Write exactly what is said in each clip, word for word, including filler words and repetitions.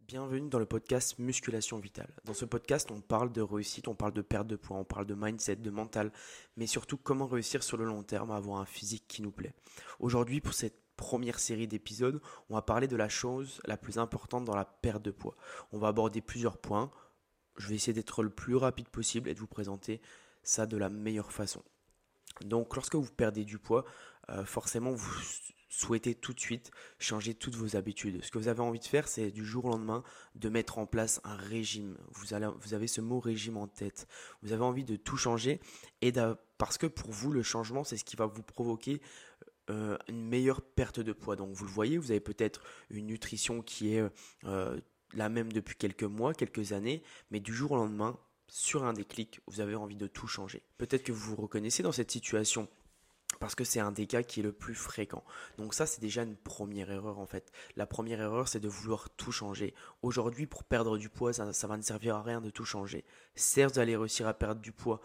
Bienvenue dans le podcast Musculation Vitale. Dans ce podcast, on parle de réussite, on parle de perte de poids, on parle de mindset, de mental, mais surtout comment réussir sur le long terme à avoir un physique qui nous plaît. Aujourd'hui, pour cette première série d'épisodes, on va parler de la chose la plus importante dans la perte de poids. On va aborder plusieurs points. Je vais essayer d'être le plus rapide possible et de vous présenter ça de la meilleure façon. Donc, lorsque vous perdez du poids, euh, forcément, vous souhaitez tout de suite changer toutes vos habitudes. Ce que vous avez envie de faire, c'est du jour au lendemain de mettre en place un régime. Vous, allez, vous avez ce mot régime en tête. Vous avez envie de tout changer et parce que pour vous, le changement, c'est ce qui va vous provoquer euh, une meilleure perte de poids. Donc, vous le voyez, vous avez peut-être une nutrition qui est euh, la même depuis quelques mois, quelques années, mais du jour au lendemain, sur un déclic, vous avez envie de tout changer. Peut-être que vous vous reconnaissez dans cette situation parce que c'est un des cas qui est le plus fréquent. Donc ça, c'est déjà une première erreur en fait. La première erreur, c'est de vouloir tout changer. Aujourd'hui, pour perdre du poids, ça, ça va ne servir à rien de tout changer. Certes, vous allez réussir à perdre du poids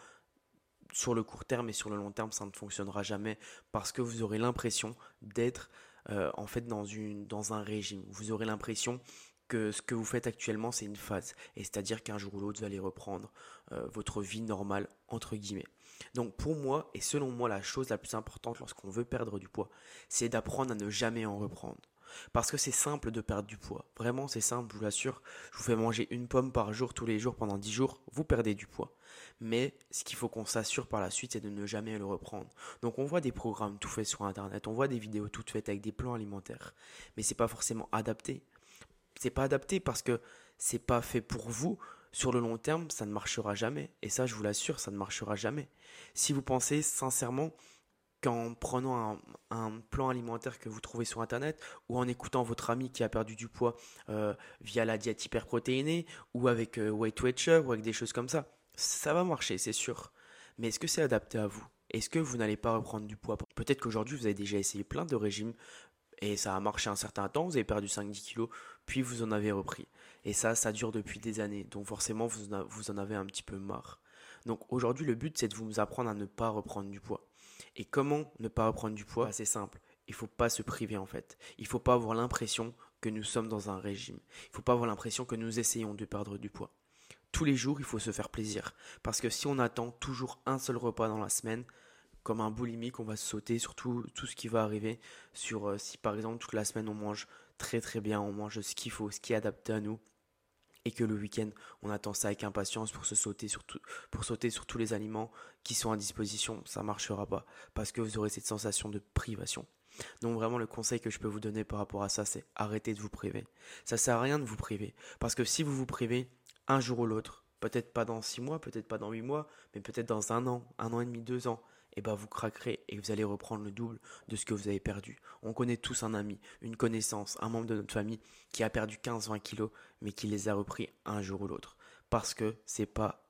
sur le court terme et sur le long terme, ça ne fonctionnera jamais parce que vous aurez l'impression d'être euh, en fait dans, une, dans un régime. Vous aurez l'impression que ce que vous faites actuellement, c'est une phase. Et c'est-à-dire qu'un jour ou l'autre, vous allez reprendre euh, votre vie normale, entre guillemets. Donc pour moi, et selon moi, la chose la plus importante lorsqu'on veut perdre du poids, c'est d'apprendre à ne jamais en reprendre. Parce que c'est simple de perdre du poids. Vraiment, c'est simple, je vous l'assure. Je vous fais manger une pomme par jour, tous les jours, pendant dix jours, vous perdez du poids. Mais ce qu'il faut qu'on s'assure par la suite, c'est de ne jamais le reprendre. Donc on voit des programmes tout faits sur Internet, on voit des vidéos toutes faites avec des plans alimentaires. Mais c'est pas forcément adapté. C'est pas adapté parce que c'est pas fait pour vous. Sur le long terme, ça ne marchera jamais. Et ça, je vous l'assure, ça ne marchera jamais. Si vous pensez sincèrement qu'en prenant un, un plan alimentaire que vous trouvez sur Internet ou en écoutant votre ami qui a perdu du poids euh, via la diète hyperprotéinée ou avec euh, Weight Watcher ou avec des choses comme ça, ça va marcher, c'est sûr. Mais est-ce que c'est adapté à vous? Est-ce que vous n'allez pas reprendre du poids? Peut-être qu'aujourd'hui, vous avez déjà essayé plein de régimes et ça a marché un certain temps, vous avez perdu cinq à dix kilos, puis vous en avez repris. Et ça, ça dure depuis des années, donc forcément, vous en avez un petit peu marre. Donc aujourd'hui, le but, c'est de vous apprendre à ne pas reprendre du poids. Et comment ne pas reprendre du poids? Bah, c'est simple, il ne faut pas se priver en fait. Il ne faut pas avoir l'impression que nous sommes dans un régime. Il ne faut pas avoir l'impression que nous essayons de perdre du poids. Tous les jours, il faut se faire plaisir. Parce que si on attend toujours un seul repas dans la semaine, comme un boulimique, on va se sauter sur tout, tout ce qui va arriver. Sur euh, si par exemple toute la semaine on mange très très bien, on mange ce qu'il faut, ce qui est adapté à nous, et que le week-end on attend ça avec impatience pour se sauter sur tout, pour sauter sur tous les aliments qui sont à disposition, ça marchera pas parce que vous aurez cette sensation de privation. Donc vraiment le conseil que je peux vous donner par rapport à ça, c'est arrêtez de vous priver. Ça sert à rien de vous priver parce que si vous vous privez un jour ou l'autre, peut-être pas dans six mois, peut-être pas dans huit mois, mais peut-être dans un an, un an et demi, deux ans, et ben vous craquerez et vous allez reprendre le double de ce que vous avez perdu. On connaît tous un ami, une connaissance, un membre de notre famille qui a perdu quinze à vingt kilos mais qui les a repris un jour ou l'autre parce que c'est pas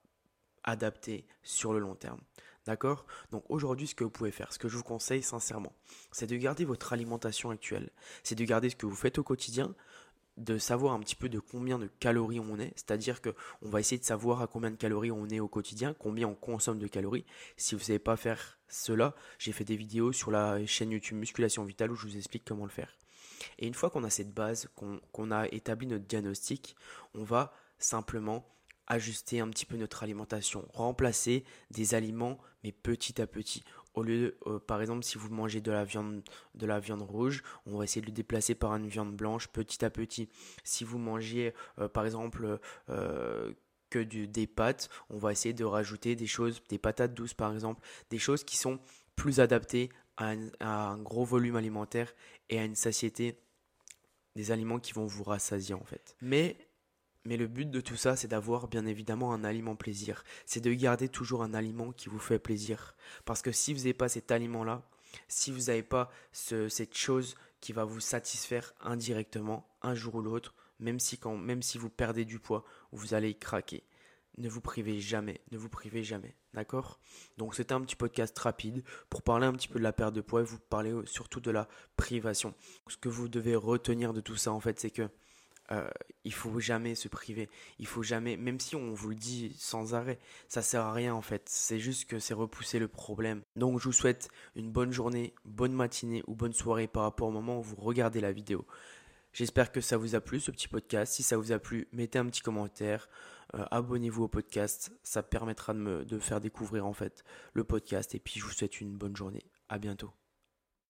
adapté sur le long terme. D'accord? Donc aujourd'hui, ce que vous pouvez faire, ce que je vous conseille sincèrement, c'est de garder votre alimentation actuelle. C'est de garder ce que vous faites au quotidien, de savoir un petit peu de combien de calories on est, c'est-à-dire que on va essayer de savoir à combien de calories on est au quotidien, combien on consomme de calories. Si vous ne savez pas faire cela, j'ai fait des vidéos sur la chaîne YouTube Musculation Vitale où je vous explique comment le faire. Et une fois qu'on a cette base, qu'on qu'on a établi notre diagnostic, on va simplement ajuster un petit peu notre alimentation, remplacer des aliments mais petit à petit. Au lieu, euh, par exemple, si vous mangez de la viande, de la viande rouge, on va essayer de le déplacer par une viande blanche petit à petit. Si vous mangez, euh, par exemple, euh, que du, des pâtes, on va essayer de rajouter des choses, des patates douces par exemple, des choses qui sont plus adaptées à un, à un gros volume alimentaire et à une satiété, des aliments qui vont vous rassasier en fait. Mais mais le but de tout ça, c'est d'avoir bien évidemment un aliment plaisir. C'est de garder toujours un aliment qui vous fait plaisir. Parce que si vous n'avez pas cet aliment-là, si vous n'avez pas ce, cette chose qui va vous satisfaire indirectement, un jour ou l'autre, même si, quand, même si vous perdez du poids, vous allez craquer. Ne vous privez jamais, ne vous privez jamais, d'accord? Donc c'était un petit podcast rapide pour parler un petit peu de la perte de poids et vous parler surtout de la privation. Ce que vous devez retenir de tout ça en fait, c'est que euh, il faut jamais se priver, il faut jamais, même si on vous le dit sans arrêt, ça sert à rien en fait, c'est juste que c'est repousser le problème. Donc je vous souhaite une bonne journée, bonne matinée ou bonne soirée par rapport au moment où vous regardez la vidéo. J'espère que ça vous a plu ce petit podcast. Si ça vous a plu, mettez un petit commentaire, euh, abonnez-vous au podcast. Ça permettra de me de faire découvrir en fait le podcast. Et puis je vous souhaite une bonne journée. À bientôt.